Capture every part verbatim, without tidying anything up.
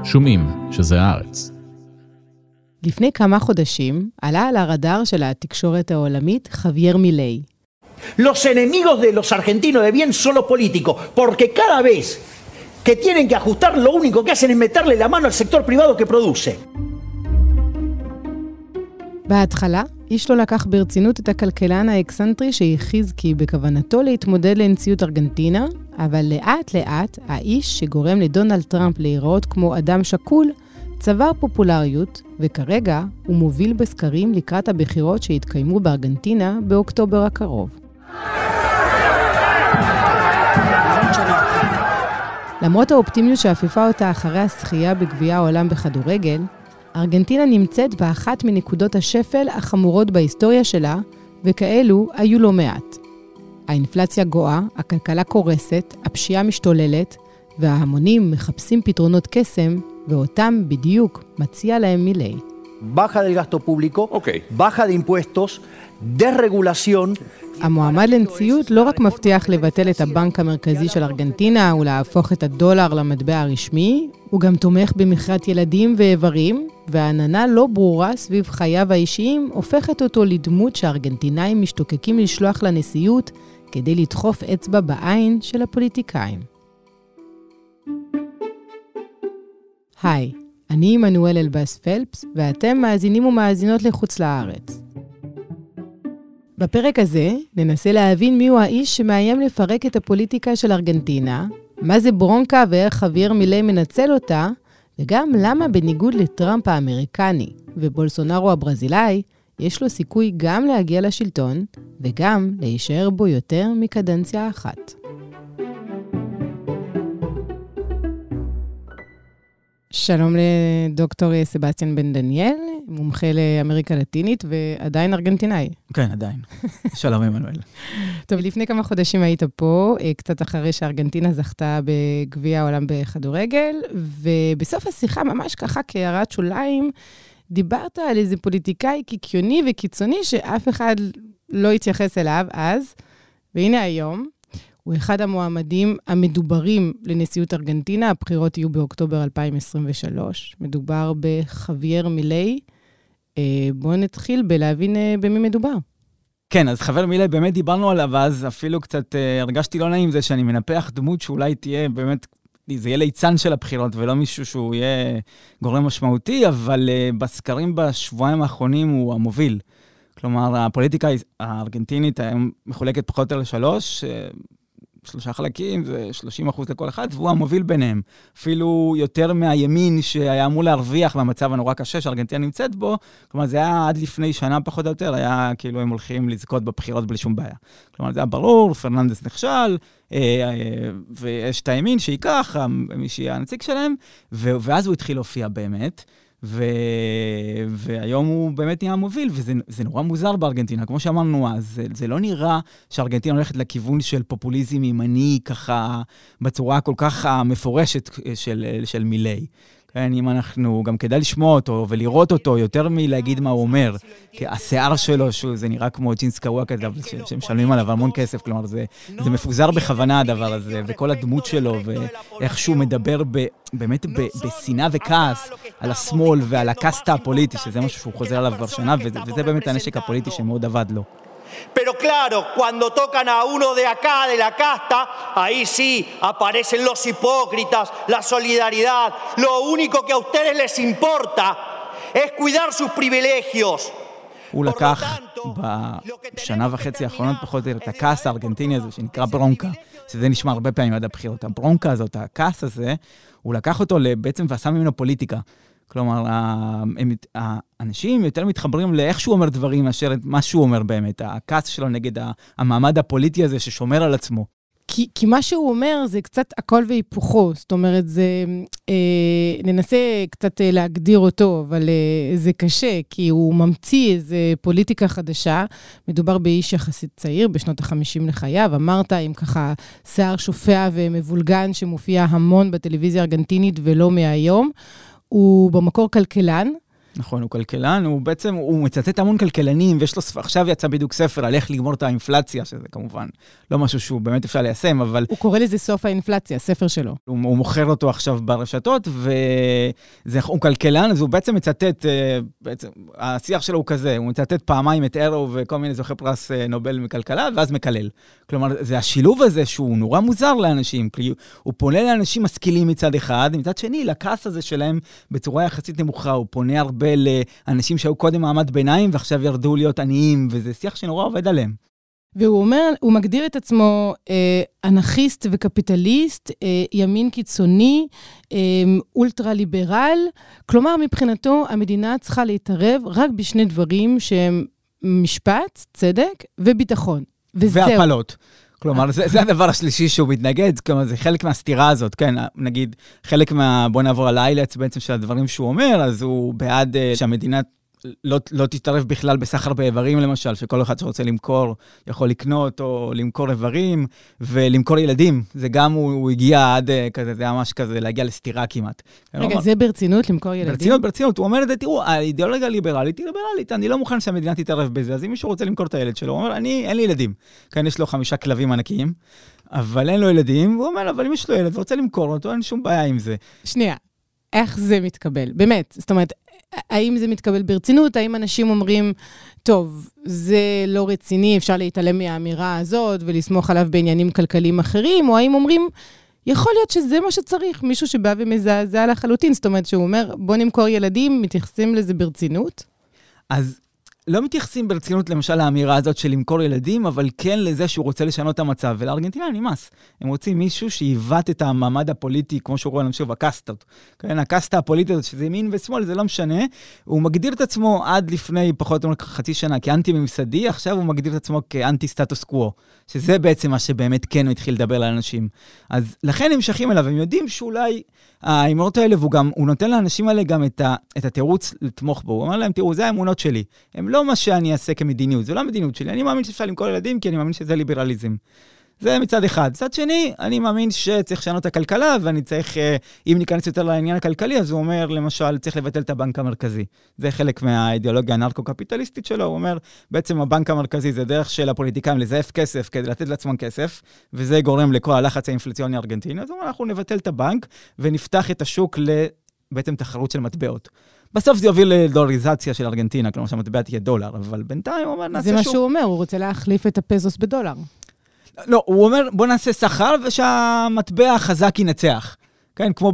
שומעים שזה הארץ. לפני כמה חודשים עלה על הרדאר של התקשורת העולמית חווייר מילי. Los enemigos de los argentinos de bien son los políticos, porque cada vez que tienen que ajustar, lo único que hacen es meterle la mano al sector privado que produce. בהתחלה, איש לא לקח ברצינות את הכלכלן האקסנטרי שהכריז כי בכוונתו להתמודד לנשיאות ארגנטינה, אבל לאט לאט האיש שגורם לדונלד טראמפ להיראות כמו אדם שקול, צבר פופולריות, וכרגע הוא מוביל בסקרים לקראת הבחירות שהתקיימו בארגנטינה באוקטובר הקרוב. למרות האופטימיות שאפיפה אותה אחרי השחייה בגביע העולם בכדורגל, ארגנטינה נמצאת באחת מנקודות השפל החמורות בהיסטוריה שלה, וכאלו היו לא מעט. האינפלציה גואה, הכלכלה קורסת, הפשיעה משתוללת, וההמונים מחפשים פתרונות קסם, ואותם בדיוק מציע להם מילי. Baja del gasto público, Okay. baja de impuestos, desregulación. המועמד לנשיאות לא רק מבטיח לבטל את הבנק המרכזי של ארגנטינה ולהפוך את הדולר למטבע הרשמי, הוא גם תומך במכירת ילדים ואיברים, והעננה לא ברורה סביב חייו האישיים הופכת אותו לדמות שהארגנטינאים משתוקקים לשלוח לנשיאות כדי לדחוף אצבע בעין של הפוליטיקאים. היי, אני מנואל אלבאס פלפס, ואתם מאזינים ומאזינות לחוץ לארץ. בפרק הזה ננסה להבין מיהו האיש שמאיים לפרק את הפוליטיקה של ארגנטינה, מה זה ברונקה ואיך חווייר מילי מנצל אותה, וגם למה בניגוד לטראמפ האמריקני ובולסונארו הברזילאי, יש לו סיכוי גם להגיע לשלטון וגם להישאר בו יותר מקדנציה אחת. שלום לדוקטור סבסטיאן בן דניאל, מומחה לאמריקה לטינית ועדיין ארגנטינאי. כן, עדיין. שלום עמנואל. טוב, לפני כמה חודשים היית פה, קצת אחרי שארגנטינה זכתה בגביע העולם בכדורגל, ובסוף השיחה, ממש ככה כהערת שוליים, דיברת על איזה פוליטיקאי קיקיוני וקיצוני שאף אחד לא התייחס אליו אז, והנה היום, הוא אחד המועמדים המדוברים לנשיאות ארגנטינה, הבחירות יהיו באוקטובר אלפיים עשרים ושלוש. מדובר בחווייר מילי. בואו נתחיל בלהבין במי מדובר. כן, אז חווייר מילי באמת דיברנו עליו, אז אפילו קצת הרגשתי לא נעים זה שאני מנפח דמות שאולי תהיה באמת, זה יהיה ליצן של הבחירות ולא מישהו שהוא יהיה גורם משמעותי, אבל בסקרים בשבועיים האחרונים הוא המוביל. כלומר, הפוליטיקה הארגנטינית מחולקת פחות או לשלוש, שלושה חלקים, זה שלושים אחוז לכל אחד, והוא המוביל ביניהם. אפילו יותר מהימין שהיה אמור להרוויח מהמצב הנורא קשה שארגנטינה נמצאת בו, כלומר, זה היה עד לפני שנה פחות או יותר, היה כאילו הם הולכים לזכות בבחירות בלי שום בעיה. כלומר, זה היה ברור, פרננדס נכשל, ויש את הימין שיקח, מי שיהיה הנציג שלהם, ואז הוא התחיל להופיע באמת, ו... והיום הוא באמת נהיה מוביל, וזה זה נורא מוזר בארגנטינה. כמו שאמרנו אז, זה, זה לא נראה שארגנטינה הולכת לכיוון של פופוליזם ימני, ככה בצורה כל כך מפורשת של, של מילי. כן, אם אנחנו גם כדאי לשמוע אותו ולראות אותו יותר מלהגיד מה הוא אומר, כי השיער שלו, זה נראה כמו ג'ינס קרוע כזה, שמשלמים עליו המון כסף, כלומר, זה, זה מפוזר בכוונה הדבר הזה, וכל הדמות שלו, ואיך שהוא מדבר ב, באמת ב, בשנאה וכעס על השמאל ועל הקסטה הפוליטי, שזה משהו שהוא חוזר עליו כבר שנה, וזה, וזה באמת הנשק הפוליטי שמאוד עבד לו. Pero claro, cuando tocan a uno de acá, de la casta, ahí sí aparecen los hipócritas, la solidaridad. Lo único que a ustedes les importa es cuidar sus privilegios. הוא לקח בשנה וחצי האחרונות פחות את הכעס הארגנטיני הזה, שנקרא ברונקה, שזה נשמע הרבה פעמים עד הבחירות. הברונקה הזאת, הכעס הזה, הוא לקח אותו בעצם ועשה ממנו פוליטיקה. כלומר, האנשים יותר מתחברים לאיך שהוא אומר דברים, מאשר מה שהוא אומר באמת, הכעס שלו נגד המעמד הפוליטי הזה ששומר על עצמו. כי, כי מה שהוא אומר זה קצת הכל והיפוכו, זאת אומרת, זה, אה, ננסה קצת אה, להגדיר אותו, אבל אה, זה קשה, כי הוא ממציא איזו פוליטיקה חדשה, מדובר באיש יחסית צעיר, בשנות החמישים לחייו, אמרת עם ככה שיער שופע ומבולגן, שמופיע המון בטלוויזיה הארגנטינית ולא מהיום, הוא במקור כלכלן, נכון, הוא כלכלן, הוא בעצם, הוא מצטט המון כלכלנים, ויש לו, עכשיו יצא בדיוק ספר על איך לגמור את האינפלציה, שזה כמובן לא משהו שהוא באמת אפשר ליישם, אבל... הוא קורא לזה סוף האינפלציה, ספר שלו. הוא, הוא מוכר אותו עכשיו ברשתות, והוא כלכלן, אז הוא בעצם מצטט, בעצם, השיח שלו הוא כזה, הוא מצטט פעמיים את אירו וכל מיני זוכי פרס נובל מכלכלה, ואז מקלל. כלומר, זה השילוב הזה שהוא נורא מוזר לאנשים, כי הוא פונה לאנשים משכילים מצד אחד, מצד שני, לכעס הזה שלהם בצורה יחסית נמוכה, הוא פונה הרבה לאנשים שהיו קודם מעמד ביניים, ועכשיו ירדו להיות עניים, וזה שיח שנורא עובד עליהם. והוא אומר, הוא מגדיר את עצמו אה, אנרכיסט וקפיטליסט, אה, ימין קיצוני, אה, אולטרה-ליברל, כלומר, מבחינתו, המדינה צריכה להתערב רק בשני דברים שהם משפט, צדק וביטחון. וזהו. והפלות. כלומר, זה, זה הדבר השלישי שהוא מתנגד, כלומר, זה חלק מהסתירה הזאת, כן, נגיד, חלק מה, בוא נעבור על האיילץ בעצם של הדברים שהוא אומר, אז הוא בעד uh, שהמדינה לא, לא תתערב בכלל בסחר באיברים, למשל, שכל אחד שרוצה למכור, יכול לקנות או למכור איברים, ולמכור ילדים, זה גם הוא, הוא הגיע עד uh, כזה, זה ממש כזה, להגיע לסתירה כמעט. רגע, אומר, זה ברצינות, למכור ילדים? ברצינות, ברצינות, הוא אומר את זה, תראו, האידיאולוגיה הליברלית היא ליברלית, אני לא מוכן שהמדינה תתערב בזה, אז אם מישהו רוצה למכור את הילד שלו, הוא אומר, אני, אין לי ילדים. כאן יש לו חמישה כלבים ענקיים, אבל אין לו ילדים, והוא אומר, אבל אם יש לו ילד ורוצה למכור אותו, אין שום בעיה עם זה. שנייה, איך זה מתקבל? באמת, זאת אומרת, האם זה מתקבל ברצינות? האם אנשים אומרים, טוב, זה לא רציני, אפשר להתעלם מהאמירה הזאת ולסמוך עליו בעניינים כלכליים אחרים, או האם אומרים, יכול להיות שזה מה שצריך, מישהו שבא ומזעזע לחלוטין, זאת אומרת שהוא אומר, בוא נמכור ילדים, מתייחסים לזה ברצינות? אז לא מתייחסים ברצינות למשל לאמירה הזאת של למכור ילדים, אבל כן לזה שהוא רוצה לשנות את המצב, ולארגנטינה נמאס. הם רוצים מישהו שיבט את המעמד הפוליטי, כמו שהוא רואה נמשיך בקסטות. כן, הקסטה הפוליטית, שזה ימין ושמאל, זה לא משנה. הוא מגדיר את עצמו עד לפני פחות או חצי שנה כאנטי-ממסדי, עכשיו הוא מגדיר את עצמו כאנטי סטטוס קוו, שזה בעצם מה שבאמת כן מתחיל לדבר לאנשים. אז לכן הם משכים אליו, הם יודעים שאולי האמונות האלה, והוא גם, הוא נותן לאנשים האלה גם את, ה, את התירוץ לתמוך בו. הוא אומר להם, תראו, זה האמונות שלי. הם לא מה שאני אעשה כמדיניות, זה לא המדיניות שלי. אני מאמין שאפשר למכור ילדים, כי אני מאמין שזה ליברליזם. זה מצד אחד. מצד שני, אני מאמין שצריך לשנות את הכלכלה, ואני צריך, אם ניכנס יותר לעניין הכלכלי, אז הוא אומר, למשל, צריך לבטל את הבנק המרכזי. זה חלק מהאידיאולוגיה הנרקו-קפיטליסטית שלו. הוא אומר, בעצם הבנק המרכזי זה דרך של הפוליטיקאים לזייף כסף כדי לתת לעצמם כסף, וזה גורם לכל הלחץ האינפלציוני הארגנטיני. אז הוא אומר, אנחנו נבטל את הבנק ונפתח את השוק לבעצם תחרות של מטבעות. בסוף זה יוביל לדולריזציה של ארגנטינה, כלומר שהמטבע תהיה דולר, אבל בינתיים הוא אומר, נעשה שוק. זה שוק. מה שהוא אומר, הוא רוצה להחליף את הפזוס בדולר. לא, הוא אומר, בוא נעשה שכר ושהמטבע החזק ינצח. כן, כמו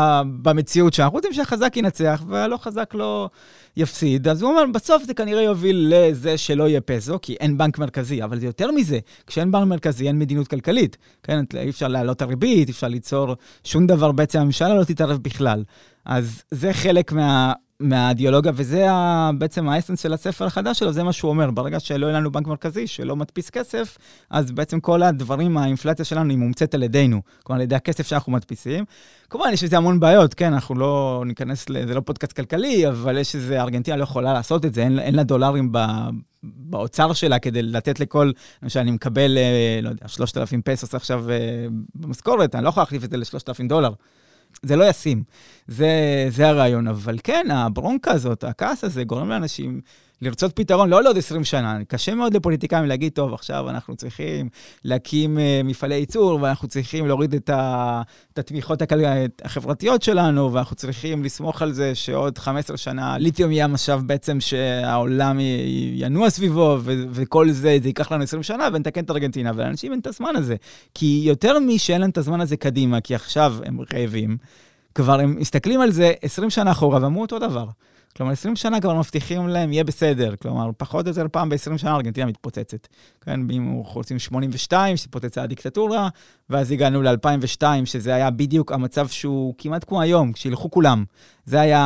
במציאות שאנחנו רוצים שהחזק ינצח, והלא חזק לא יפסיד. אז הוא אומר, בסוף זה כנראה יוביל לזה שלא יהיה פזו, כי אין בנק מרכזי, אבל זה יותר מזה. כשאין בנק מרכזי, אין מדיניות כלכלית. כן, אי אפשר להעלות הריבית, אפשר ליצור שום דבר, בעצם הממשלה לא תתערב בכלל. אז זה חלק מה... מהאידיאולוגיה, וזה ה, בעצם האסנס של הספר החדש שלו, זה מה שהוא אומר, ברגע שלא יהיה לנו בנק מרכזי, שלא מדפיס כסף, אז בעצם כל הדברים, האינפלציה שלנו היא מומצאת על ידינו, כלומר, על ידי הכסף שאנחנו מדפיסים. כמובן, יש איזה המון בעיות, כן, אנחנו לא ניכנס, זה לא פודקאסט כלכלי, אבל יש איזה, ארגנטינה לא יכולה לעשות את זה, אין, אין לה דולרים ב, באוצר שלה, כדי לתת לכל, למשל, אני מקבל, לא יודע, שלושת אלפים פסוס עכשיו במשכורת, אני לא יכול להחליף את זה ל-שלושת אלפים דולר. זה לא ישים, זה, זה הרעיון, אבל כן, הברונקה הזאת, הכעס הזה, גורם לאנשים לרצות פתרון, לא לעוד עשרים שנה, קשה מאוד לפוליטיקאים להגיד, טוב, עכשיו אנחנו צריכים להקים uh, מפעלי ייצור, ואנחנו צריכים להוריד את, ה, את התמיכות החברתיות שלנו, ואנחנו צריכים לסמוך על זה שעוד חמש עשרה שנה, ליתיום יהיה משאב בעצם שהעולם ינוע סביבו, ו- וכל זה, זה ייקח לנו עשרים שנה, ונתקן את ארגנטינה, ולאנשים אין את הזמן הזה, כי יותר מי שאין להם את הזמן הזה קדימה, כי עכשיו הם רעבים, כבר הם מסתכלים על זה עשרים שנה אחורה, ואמרו אותו דבר. כלומר, עשרים שנה כבר מבטיחים להם, יהיה בסדר. כלומר, פחות או יותר פעם ב-עשרים שנה, ארגנטינה מתפוצצת. כן, אם אנחנו רוצים שמונים ושתיים, שפוצצה הדיקטטורה, ואז הגענו ל-אלפיים ושתיים, שזה היה בדיוק המצב שהוא כמעט כמו היום, כשילכו כולם. זה היה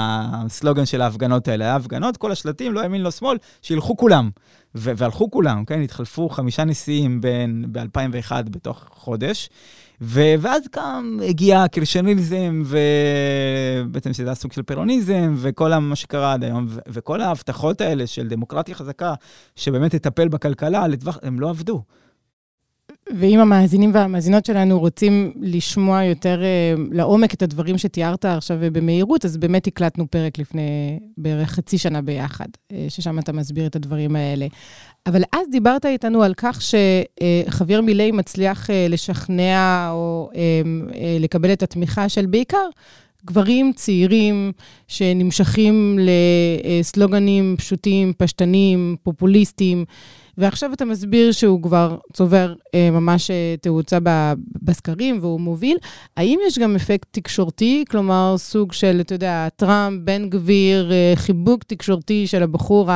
הסלוגן של ההפגנות האלה. ההפגנות, כל השלטים, לא ימין, לא שמאל, שילכו כולם. ו- והלכו כולם, כן, התחלפו חמישה נשיאים בין, ב-אלפיים ואחת בתוך חודש. ו- ואז גם הגיע הקרישניזם, ובעצם שזה הסוג של פירוניזם, וכל מה שקרה עד היום, ו- וכל ההבטחות האלה של דמוקרטיה חזקה, שבאמת תטפל בכלכלה, לטווח, הם לא עבדו. ואם המאזינים והמאזינות שלנו רוצים לשמוע יותר לעומק את הדברים שתיארת עכשיו במהירות, אז באמת הקלטנו פרק לפני בערך חצי שנה ביחד, ששם אתה מסביר את הדברים האלה. אבל אז דיברת איתנו על כך שחביר מילי מצליח לשכנע או לקבל את התמיכה של בעיקר גברים צעירים שנמשכים לסלוגנים פשוטים, פשטנים, פופוליסטיים, ועכשיו אתה מסביר שהוא כבר צובר אה, ממש תאוצה בסקרים והוא מוביל. האם יש גם אפקט תקשורתי, כלומר סוג של, אתה יודע, טראמפ, בן גביר, אה, חיבוק תקשורתי של הבחור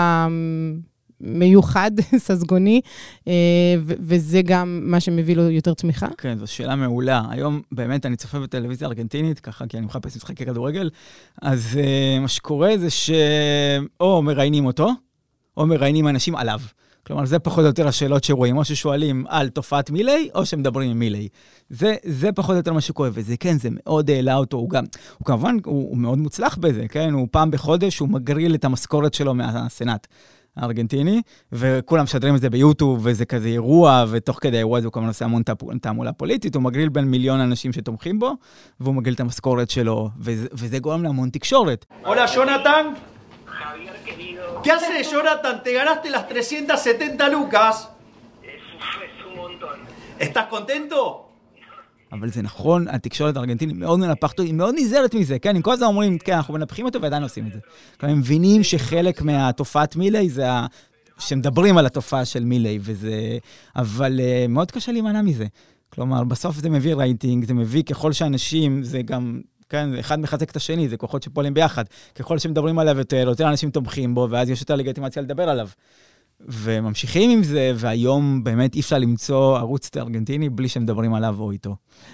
המיוחד, ססגוני, אה, ו- וזה גם מה שמביא לו יותר תמיכה? כן, זו שאלה מעולה. היום באמת אני צופה בטלוויזיה ארגנטינית, ככה כי אני מחפש משחקי כדורגל, אז אה, מה שקורה זה שאו מראיינים אותו, או מראיינים אנשים עליו. כלומר, זה פחות או יותר השאלות שרואים, או ששואלים על תופעת מילי, או שמדברים עם מילי. זה, זה פחות או יותר מה שקורה, וזה כן, זה מאוד העלה אותו, הוא גם, הוא כמובן, הוא, הוא מאוד מוצלח בזה, כן? הוא פעם בחודש, הוא מגריל את המשכורת שלו מהסנאט הארגנטיני, וכולם משדרים את זה ביוטיוב, וזה כזה אירוע, ותוך כדי האירוע הזה הוא כמובן עושה המון תעמולה פוליטית, הוא מגריל בין מיליון אנשים שתומכים בו, והוא מגריל את המשכורת שלו, וזה, וזה גורם להמון תקשורת. Hola, Jonathan. ¿Qué haces, Jonathan? Te ganaste las trescientas setenta lucas. Es un montón. ¿Estás contento? אבל זה נכון, התקשורת הארגנטינית מאוד מנפחת, היא מאוד נזהרת מזה, כן? אם כל הזמן אומרים, כן, אנחנו מנפחים אותו ועדיין עושים את זה. כלומר, הם מבינים שחלק מהתופעת מילי זה ה... שמדברים על התופעה של מילי, וזה... אבל uh, מאוד קשה להימנע מזה. כלומר, בסוף זה מביא רייטינג, זה מביא ככל שאנשים, זה גם... כן, אחד מחזק את השני, זה כוחות שפועלים ביחד. ככל שמדברים עליו יותר, יותר אנשים תומכים בו, ואז יש יותר לגיטימציה לדבר עליו. וממשיכים עם זה, והיום באמת אי אפשר למצוא ערוץ ארגנטיני בלי שמדברים עליו או איתו.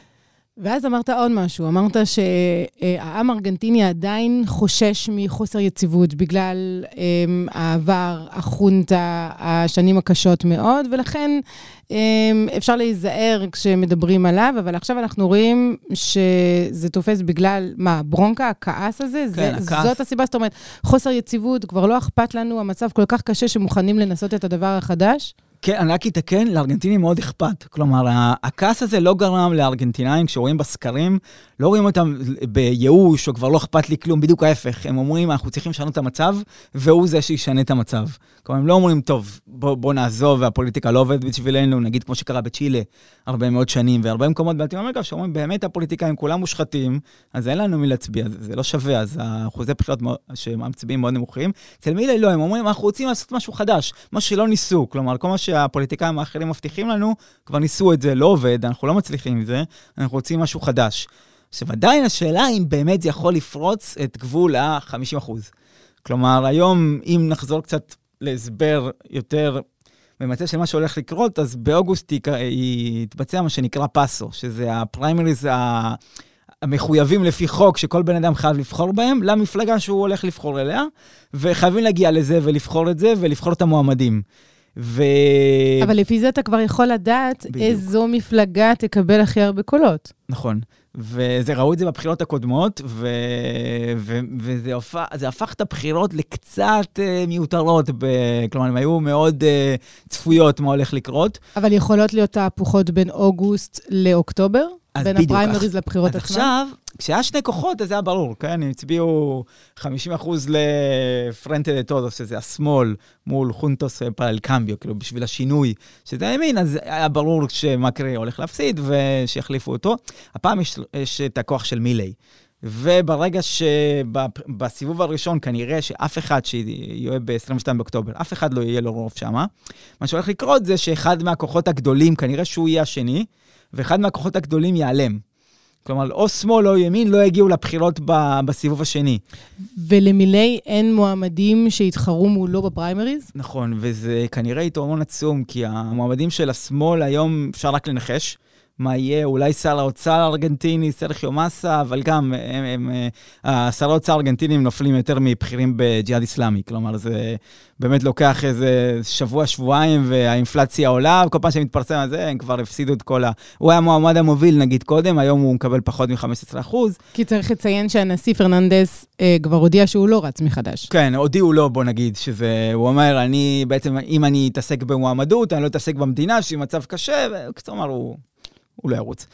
ואז אמרת עוד משהו, אמרת שהעם הארגנטיני עדיין חושש מחוסר יציבות, בגלל um, העבר, החונטה, השנים הקשות מאוד, ולכן um, אפשר להיזהר כשמדברים עליו, אבל עכשיו אנחנו רואים שזה תופס בגלל, מה, ברונקה, הכעס הזה? כן, זה, הכעס. זאת הסיבה, זאת אומרת, חוסר יציבות, כבר לא אכפת לנו, המצב כל כך קשה שמוכנים לנסות את הדבר החדש? כן, אני רק אתקן, לארגנטינים מאוד אכפת. כלומר, הכעס הזה לא גרם לארגנטינאים, כשרואים בסקרים, לא רואים אותם בייאוש, או כבר לא אכפת לי כלום, בדיוק ההפך. הם אומרים, אנחנו צריכים לשנות את המצב, והוא זה שישנה את המצב. כלומר, הם לא אומרים, טוב, בוא, בוא נעזוב, והפוליטיקה לא עובדת בשבילנו, נגיד כמו שקרה בצ'ילה, הרבה מאוד שנים, והרבה מקומות בלטין אמריקה, שאומרים, באמת הפוליטיקאים כולם מושחתים, אז אין לנו מי להצביע, זה, זה לא שווה, אז האחוזי בחירות שמצביעים מאוד נמוכים. אצל מילי לא, הם אומרים, אנחנו רוצים לעשות משהו חדש, משהו שלא ניסו, כלומר, כל מה שהפוליטיקאים האחרים מבטיחים לנו, כבר ניסו את זה, לא עובד, אנחנו לא מצליחים עם זה, אנחנו רוצים משהו חדש. עכשיו, עדיין השאלה אם באמת זה יכול לפרוץ את גבול ה-חמישים אחוז. כלומר, היום, אם נחזור קצת להסבר יותר במצב של מה שהולך לקרות, אז באוגוסט יתבצע מה שנקרא פאסו, שזה הפריימריז המחויבים לפי חוק שכל בן אדם חייב לבחור בהם, למפלגה שהוא הולך לבחור אליה, וחייבים להגיע לזה ולבחור את זה ולבחור את המועמדים. ו... אבל לפי זה אתה כבר יכול לדעת בדיוק. איזו מפלגה תקבל הכי הרבה קולות. נכון. וזה ראו את זה בבחירות הקודמות, ו... ו... וזה הפך, זה הפך את הבחירות לקצת uh, מיותרות, ב... כלומר, הם היו מאוד uh, צפויות מה הולך לקרות. אבל יכולות להיות תהפוכות בין אוגוסט לאוקטובר? בין בדיוק, הפריימריז לבחירות אז עצמן? עכשיו, כשהיה שני כוחות, אז זה היה ברור, כן? הם הצביעו חמישים אחוז לפרנטה דה טודוס, שזה השמאל, מול חונטוס פרל קמביו, כאילו בשביל השינוי, שזה הימין, אז היה ברור שמקרי הולך להפסיד, ושיחליפו אותו. הפעם יש, יש את הכוח של מילי. וברגע שבסיבוב הראשון, כנראה שאף אחד שיהיה ב-עשרים ושניים באוקטובר, אף אחד לא יהיה לו רוב שמה, מה שהולך לקרות זה שאחד מהכוחות הגדולים, כנראה שהוא יהיה השני, ואחד מהכוחות הגדולים ייעלם. כלומר, או שמאל או ימין לא יגיעו לבחירות ב- בסיבוב השני. ולמילי אין מועמדים שהתחרו מולו בפריימריז? נכון, וזה כנראה יתרון עצום, כי המועמדים של השמאל היום אפשר רק לנחש, מה יהיה, אולי שר האוצר הארגנטיני, סרחיו מסה, אבל גם הם, הם, שר האוצר הארגנטינים נופלים יותר מבחירים בג'יהאד איסלאמי, כלומר זה באמת לוקח איזה שבוע, שבועיים, והאינפלציה עולה, וכל פעם שמתפרסם על זה, הם כבר הפסידו את כל ה... הוא היה מועמד המוביל, נגיד קודם, היום הוא מקבל פחות מ-חמישה עשר אחוז. כי צריך לציין שהנשיא פרננדס אה, כבר הודיע שהוא לא רץ מחדש. כן, הודיעו לו, בוא נגיד, שזה, הוא אומר, אני בעצם, אם אני אתעסק במועמדות, אני לא אתעסק במדינה, שהיא מצב קשה, וכתומר, הוא, הוא לא ירוץ.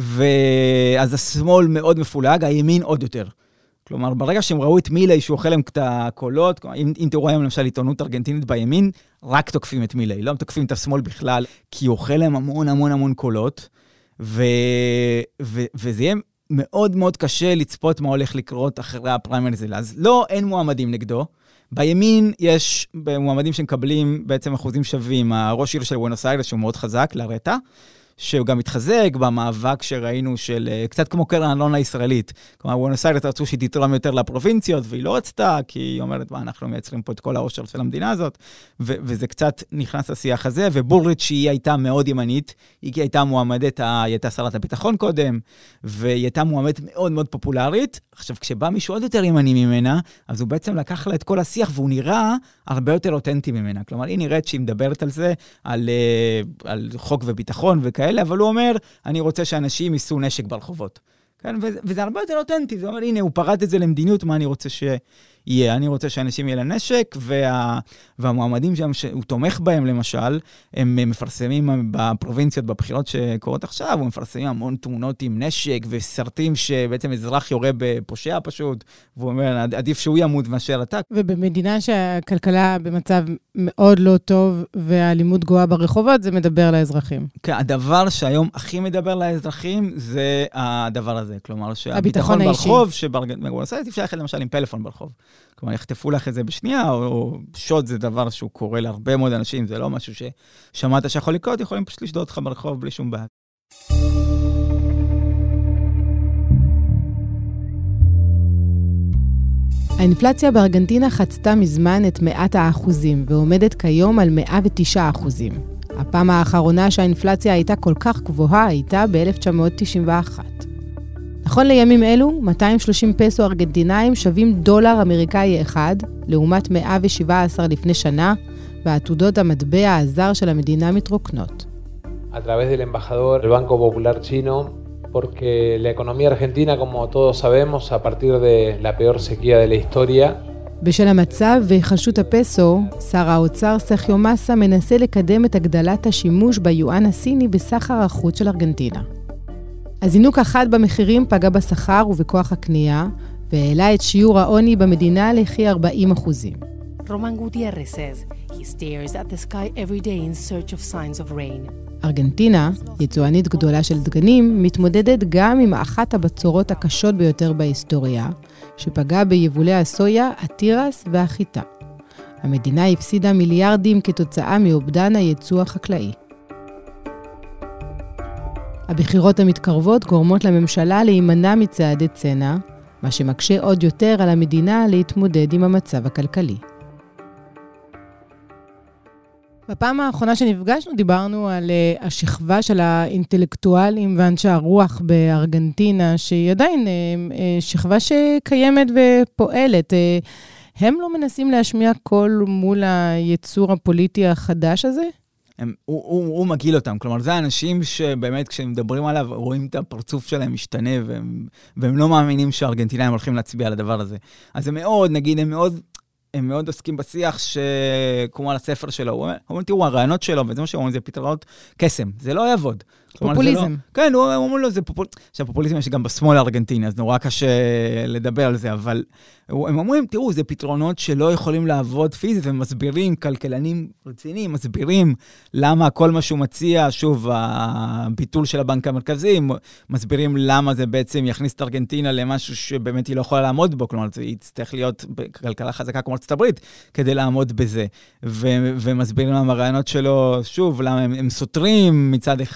ואז השמאל מאוד מפולג, הימין עוד יותר. כלומר, ברגע שהם ראו את מילי, שהוא אוכל להם את הקולות, אם, אם תראו היום למשל עיתונות ארגנטינית בימין, רק תוקפים את מילי, לא תוקפים את השמאל בכלל, כי הוא אוכל להם המון המון המון קולות, ו, ו, וזה יהיה מאוד מאוד קשה לצפות מה הולך לקרות אחרי הפריימריז. אז לא, אין מועמדים נגדו. בימין יש מועמדים שמקבלים בעצם אחוזים שווים. הראש עיר של בואנוס איירס, שהוא מאוד חזק, לרטה, שהוא גם מתחזק במאבק שראינו של, קצת כמו קרן אלון הישראלית. כלומר, בואנוס איירס רצו שהיא תתרום יותר לפרובינציות, והיא לא רצתה, כי היא אומרת, מה, אנחנו מייצרים פה את כל העושר של המדינה הזאת, ו- וזה קצת נכנס לשיח הזה, ובולריץ' שהיא הייתה מאוד ימנית, היא הייתה מועמדת, היא הייתה שרת הביטחון קודם, והיא הייתה מועמדת מאוד מאוד פופולרית. עכשיו, כשבא מישהו עוד יותר ימני ממנה, אז הוא בעצם לקח לה את כל השיח, והוא נראה הרבה יותר אותנטי ממנה. כלומר, היא נראית שהיא מדברת על זה, על, על חוק וביטחון וכאלה, אבל הוא אומר, אני רוצה שאנשים יישאו נשק ברחובות. כן? וזה הרבה יותר אותנטי. זה אומר, הנה, הוא פרט את זה למדיניות, מה אני רוצה שיהיה. אני רוצה שאנשים יהיה לנשק, וה, והמועמדים שם, שהוא תומך בהם, למשל, הם מפרסמים בפרובינציות, בבחירות שקורות עכשיו, הם מפרסמים המון תמונות עם נשק, וסרטים שבעצם אזרח יורה בפושע פשוט, והוא אומר, עדיף שהוא ימות מאשר אתה. ובמדינה שהכלכלה במצב מאוד לא טוב, והאלימות גואה ברחובות, זה מדבר לאזרחים. כן, הדבר שהיום הכי מדבר לאזרחים, זה הדבר הזה. כלומר, שהביטחון ברחוב, שבארגנטינה, אפשר ללכת למשל עם פלאפון ברחוב. כלומר, יחטפו לך את זה בשנייה, או, או שוט זה דבר שהוא קורה להרבה מאוד אנשים, זה לא משהו ששמעת שיכול לקרות, יכולים פשוט לשדוד אותך ברחוב בלי שום בעיה. האינפלציה בארגנטינה חצתה מזמן את מאת האחוזים, ועומדת כיום על מאה ותשעה אחוזים. הפעם האחרונה שהאינפלציה הייתה כל כך גבוהה הייתה ב-אלף תשע מאות תשעים ואחת. נכון לימים אלו, מאתיים ושלושים פסו ארגנטינאים שווים דולר אמריקאי אחד, לעומת מאה ושבע עשרה לפני שנה, ועתודות המטבע הזר של המדינה מתרוקנות. A través del embajador del Banco Popular Chino, porque la economía argentina, como todos sabemos, a partir de la peor sequía de la historia, בשל המצב והיחלשות הפסו, שר האוצר סרחיו מסה מנסה לקדם את הגדלת השימוש ביואן הסיני בסחר החוץ של ארגנטינה. הזינוק החד במחירים פגע בשכר ובכוח הקנייה, והעלה את שיעור העוני במדינה לכי ארבעים אחוזים. Roman Gutierrez says he stares at the sky every day in search of signs of rain. ארגנטינה, יצואנית גדולה של דגנים, מתמודדת גם עם אחת הבצורות הקשות ביותר בהיסטוריה, שפגעה ביבולי הסויה, התירס והחיטה. המדינה הפסידה מיליארדים כתוצאה מאובדן הייצוא החקלאי. הבחירות המתקרבות גורמות לממשלה להימנע מצעדי צנע, מה שמקשה עוד יותר על המדינה להתמודד עם המצב הכלכלי. בפעם האחרונה שנפגשנו דיברנו על uh, השכבה של האינטלקטואלים ואנשי הרוח בארגנטינה, שהיא עדיין uh, uh, שכבה שקיימת ופועלת. Uh, הם לא מנסים להשמיע קול מול היצור הפוליטי החדש הזה? הם, הוא, הוא, הוא מגיל אותם, כלומר, זה האנשים שבאמת כשהם מדברים עליו, רואים את הפרצוף שלהם משתנה, והם, והם לא מאמינים שהארגנטינאים הולכים להצביע על הדבר הזה. אז הם מאוד, נגיד, הם מאוד... הם מאוד עוסקים בשיח שכמו על הספר שלו, הוא אומר, תראו, הרעיונות שלו, וזה מה שאומרים, זה פתרונות קסם, זה לא יעבוד. פופוליזם. כן, הוא אומר לו, זה פופוליזם. עכשיו, פופוליזם יש גם בשמאל הארגנטיני, אז נורא קשה לדבר על זה, אבל הם אומרים, תראו, זה פתרונות שלא יכולים לעבוד פיזית, ומסבירים, כלכלנים רציניים, מסבירים למה כל מה שהוא מציע, שוב, הביטול של הבנק המרכזי, מסבירים למה זה בעצם יכניס את ארגנטינה למשהו שבאמת היא לא יכולה לעמוד בו, כלומר, זה יצטרך להיות בכלכלה חזקה כמו ארצות הברית, כדי לעמוד בזה. ו- ומסבירים למה הרעיונות שלו, שוב, למה הם, הם סותרים מצד אחד,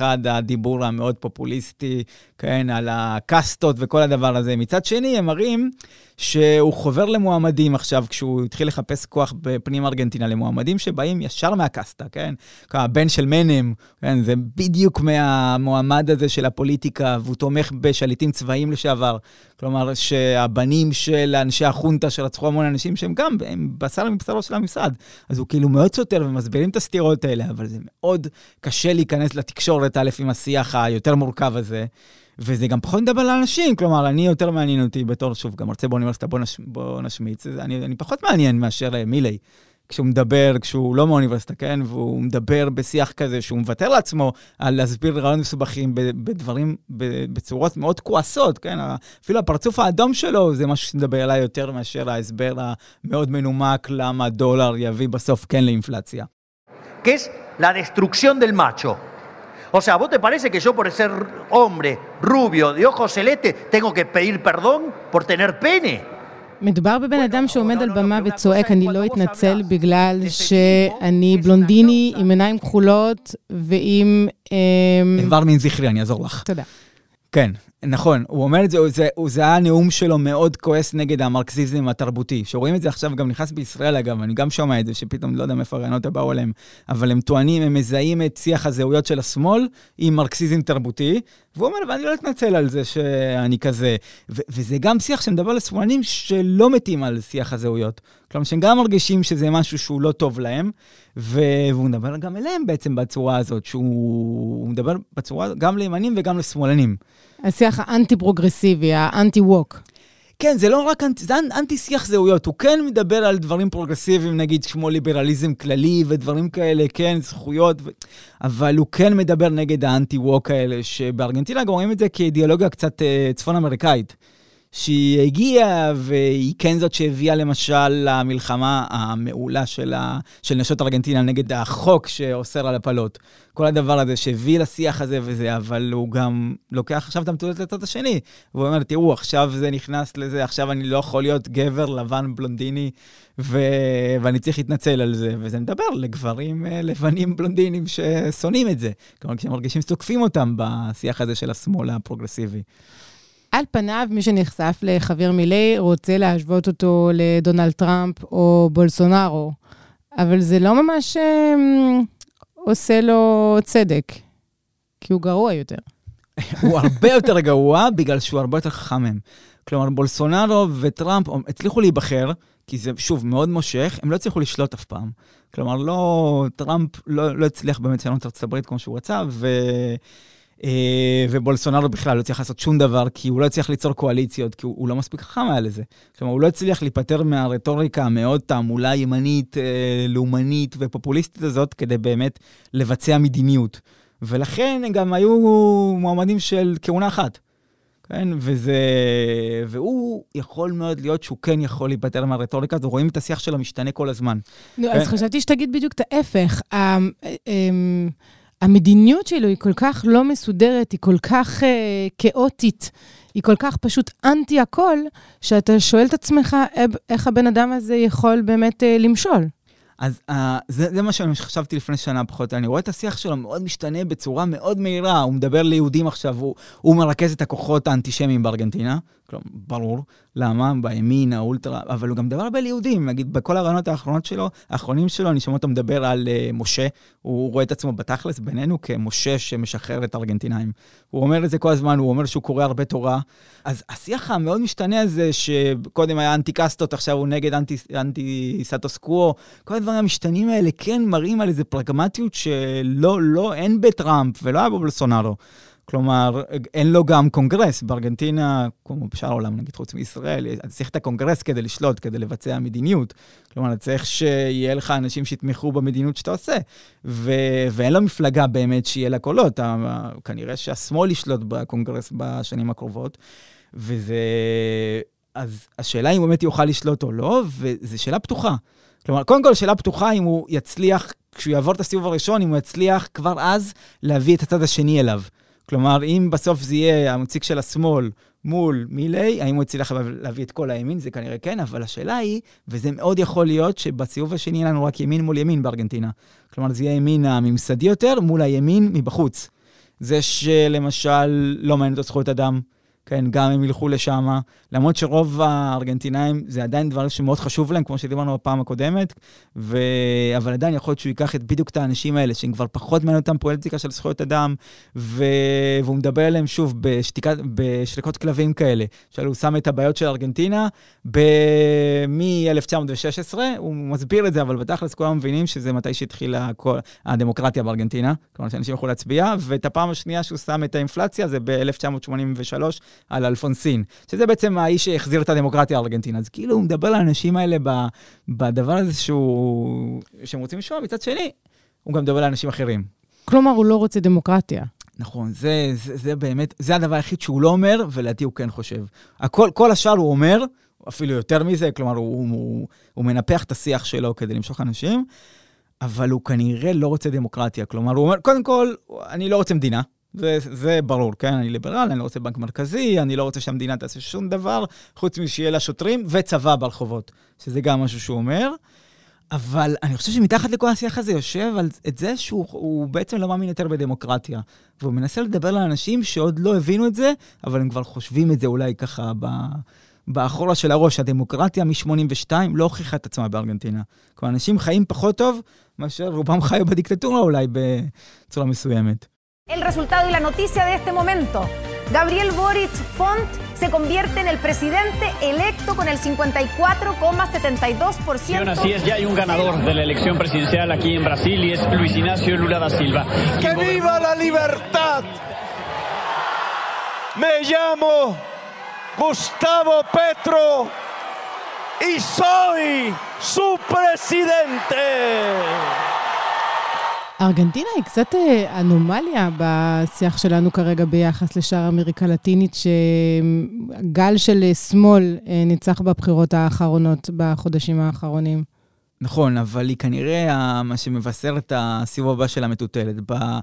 הדיבור המאוד פופוליסטי, כן, על הקסטות וכל הדבר הזה. מצד שני, הם מראים שהוא חובר למועמדים עכשיו, כשהוא התחיל לחפש כוח בפנים ארגנטינה, למועמדים שבאים ישר מהקסטה, כן? הבן של מנם, כן? זה בדיוק מהמועמד הזה של הפוליטיקה, והוא תומך בשליטים צבאיים לשעבר. כלומר, שהבנים של אנשי החונטה שרצחו המון אנשים, שהם גם, הם בשר מבשרו של המשרד. אז הוא כאילו מאוד סותר ומסבירים את הסתירות האלה, אבל זה מאוד קשה להיכנס לתקשורת, א', עם השיח היותר מורכב הזה. וזה גם פחות מדבר לאנשים, כלומר, אני יותר מעניין אותי בתור, שוב, גם מרצה באוניברסיטה, בוא, נש... בוא נשמיץ, אני, אני פחות מעניין מאשר מילי, כשהוא מדבר, כשהוא לא מאוניברסיטה, כן, והוא מדבר בשיח כזה, שהוא מוותר לעצמו על להסביר רעיון מסובכים בדברים, בצורות מאוד כועסות, כן, אפילו הפרצוף האדום שלו, זה משהו שמדבר אליי יותר מאשר ההסבר המאוד מנומק, למה דולר יביא בסוף כן לאינפלציה. Que es la destrucción del macho. O sea, ¿vos te parece que yo por ser hombre, rubio, de ojos celestes, tengo que pedir perdón por tener pene? מדובר בבן אדם שעומד על במה וצועק, אני לא אתנצל בגלל שאני בלונדיני עם עיניים כחולות ועם... איבר מין זכרי, אני אעזור לך. תודה. כן, נכון, הוא אומר את זה, זה, זה היה הנאום שלו מאוד כועס נגד המרקסיזם התרבותי, שרואים את זה עכשיו גם נכנס בישראל אגב, אני גם שומע את זה, שפתאום לא יודע מאיפה הרעיונות הבאו עליהם, אבל הם טוענים, הם מזהים את שיח הזהויות של השמאל עם מרקסיזם תרבותי, והוא אומר, ואני לא אתנצל על זה שאני כזה, ו- וזה גם שיח שמדבר לשמאלנים שלא מתאים על שיח הזהויות, כלומר שהם גם מרגישים שזה משהו שהוא לא טוב להם, ו- והוא מדבר גם אליהם בעצם בצורה הזאת, שהוא מדבר בצורה גם לימנים וגם לשמאלנים. השיח האנטי-פרוגרסיבי, האנטי-ווק. כן, זה לא רק אנטי, זה אנטי-שיח זהויות, הוא כן מדבר על דברים פרוגרסיביים, נגיד כמו ליברליזם כללי ודברים כאלה, כן, זכויות, ו... אבל הוא כן מדבר נגד האנטי-ווק האלה, שבארגנטינה רואים את זה כאידיאולוגיה קצת uh, צפון אמריקאית, שהיא הגיעה והיא כן זאת שהביאה למשל למלחמה המעולה של, ה... של נשות ארגנטינה נגד החוק שאוסר על הפלות. כל הדבר הזה שהביא לשיח הזה וזה, אבל הוא גם לוקח עכשיו את המתודות לצד השני. והוא אומר, תראו, עכשיו זה נכנס לזה, עכשיו אני לא יכול להיות גבר לבן בלונדיני, ו... ואני צריך להתנצל על זה. וזה מדבר לגברים לבנים בלונדינים ששונאים את זה. כלומר, כשהם מרגישים סוקפים אותם בשיח הזה של השמאל הפרוגרסיבי. על פניו, מי שנחשף לחבר מילי רוצה להשוות אותו לדונלד טראמפ או בולסונארו, אבל זה לא ממש אה, עושה לו צדק, כי הוא גרוע יותר. הוא הרבה יותר גרוע, בגלל שהוא הרבה יותר חכם מהם. כלומר, בולסונארו וטראמפ הצליחו להיבחר, כי זה שוב מאוד מושך, הם לא הצליחו לשלוט אף פעם. כלומר, לא, טראמפ לא, לא הצליח באמת לשנות את ארצות הברית כמו שהוא רצה, ו... ובולסונארו בכלל לא צריך לעשות שום דבר, כי הוא לא צריך ליצור קואליציות, כי הוא, הוא לא מספיק חכם היה לזה. כלומר, הוא לא הצליח להיפטר מהרטוריקה המאוד תעמולה ימנית, לאומנית ופופוליסטית הזאת, כדי באמת לבצע מדיניות. ולכן גם היו מועמדים של כהונה אחת. כן? וזה... והוא יכול מאוד להיות שהוא כן יכול להיפטר מהרטוריקה, אז רואים את השיח שלו משתנה כל הזמן. נו, אז חשבתי שתגיד בדיוק את ההפך. המדיניות שלו היא כל כך לא מסודרת, היא כל כך אה, כאוטית, היא כל כך פשוט אנטי הכל, שאתה שואל את עצמך איך הבן אדם הזה יכול באמת אה, למשול. אז uh, זה, זה מה שאני חשבתי לפני שנה פחות. אני רואה את השיח שלו מאוד משתנה בצורה מאוד מהירה. הוא מדבר ליהודים עכשיו, הוא, הוא מרכז את הכוחות האנטישמיים בארגנטינה. כלומר, ברור. למה? בימין, האולטרה, אבל הוא גם מדבר הרבה ליהודים. נגיד, בכל הרעיונות האחרונות שלו, האחרונים שלו, אני שומע אותו מדבר על uh, משה. הוא רואה את עצמו בתכלס בינינו כמשה שמשחרר את הארגנטינאים. הוא אומר את זה כל הזמן, הוא אומר שהוא קורא הרבה תורה. אז השיח המאוד משתנה הזה, שקודם היה אנטי-קסטות, עכשיו הוא נגד אנטי, אנטי-סטוס-קוו. כל הדברים המשתנים האלה כן מראים על איזו פרגמטיות שלא, לא, אין בטראמפ ולא היה בבולסונארו. כלומר, אין לו גם קונגרס בארגנטינה, כמו בשאר העולם, נגיד חוץ מישראל, צריך את הקונגרס כדי לשלוט, כדי לבצע מדיניות. כלומר, צריך שיהיה לך אנשים שיתמכו במדיניות שאתה עושה, ו- ואין לו מפלגה באמת שיהיה לה קולות. כנראה שהשמאל ישלוט בקונגרס בשנים הקרובות, וזה... אז השאלה אם הוא באמת יוכל לשלוט או לא, וזו שאלה פתוחה. כלומר, קודם כל, שאלה פתוחה אם הוא יצליח, כשהוא יעבור את הסיבוב הראשון, אם הוא יצליח כבר אז להביא את הצד השני אליו. כלומר, אם בסוף זה יהיה המציג של השמאל מול מילי, האם הוא יצליח להביא את כל הימין? זה כנראה כן, אבל השאלה היא, וזה מאוד יכול להיות שבסיבוב השני יהיה לנו רק ימין מול ימין בארגנטינה. כלומר, זה יהיה ימין הממסדי יותר מול הימין מבחוץ. זה שלמשל לא מעניין את זכויות אדם, כן, גם הם ילכו לשם, למרות שרוב הארגנטינאים זה עדיין דבר שמאוד חשוב להם, כמו שדיברנו בפעם הקודמת, ו... אבל עדיין יכול להיות שהוא ייקח את בדיוק את האנשים האלה, שהם כבר פחות מעניין אותם פוליטיקה של זכויות אדם, ו... והוא מדבר עליהם שוב בשתיקת... בשתיקות כלבים כאלה, שהוא שם את הבעיות של ארגנטינה ב... מ-אלף תשע מאות ושש עשרה, הוא מסביר את זה, אבל בתכלס כולם מבינים שזה מתי שהתחילה הכל... הדמוקרטיה בארגנטינה, כלומר שאנשים יכולו להצביע, ואת הפעם השנייה שהוא שם את האינפלציה, זה ב-אלף תשע מאות שמונים ושלוש, על אלפונסין, שזה בעצם האיש שהחזיר את הדמוקרטיה הארגנטינה. אז כאילו הוא מדבר לאנשים האלה בדבר הזה שהוא, שהם רוצים לשמוע, מצד שני, הוא גם מדבר לאנשים אחרים. כלומר, הוא לא רוצה דמוקרטיה. נכון, זה, זה, זה באמת, זה הדבר היחיד שהוא לא אומר, ולדעתי הוא כן חושב. הכל, כל השאר הוא אומר, אפילו יותר מזה, כלומר, הוא, הוא, הוא מנפח את השיח שלו כדי למשוך אנשים, אבל הוא כנראה לא רוצה דמוקרטיה. כלומר, הוא אומר, קודם כל, אני לא רוצה מדינה. זה, זה ברור, כן? אני ליברל, אני לא רוצה בנק מרכזי, אני לא רוצה שהמדינה תעשה שום דבר, חוץ משיהיה לה שוטרים וצבא ברחובות, שזה גם משהו שהוא אומר. אבל אני חושב שמתחת לכל השיח הזה יושב על את זה שהוא בעצם לא מאמין יותר בדמוקרטיה. והוא מנסה לדבר לאנשים שעוד לא הבינו את זה, אבל הם כבר חושבים את זה אולי ככה ב... באחורה של הראש. הדמוקרטיה מ-שמונים ושתיים לא הוכיחה את עצמה בארגנטינה. כלומר, אנשים חיים פחות טוב, מאשר רובם חיו בדיקטטורה אולי בצורה מסוימת. El resultado y la noticia de este momento. Gabriel Boric Font se convierte en el presidente electo con el cincuenta y cuatro coma setenta y dos por ciento. Así es, ya hay un ganador de la elección presidencial aquí en Brasil y es Luis Ignacio Lula da Silva. ¡Que viva la libertad! Me llamo Gustavo Petro y soy su presidente. ארגנטינה היא קצת אנומליה בשיח שלנו כרגע ביחס לשאר אמריקה לטינית, שגל של שמאל ניצח בבחירות האחרונות בחודשים האחרונים. נכון, אבל היא כנראה מה שמבשר את הסיבוב הבא של המטוטלת.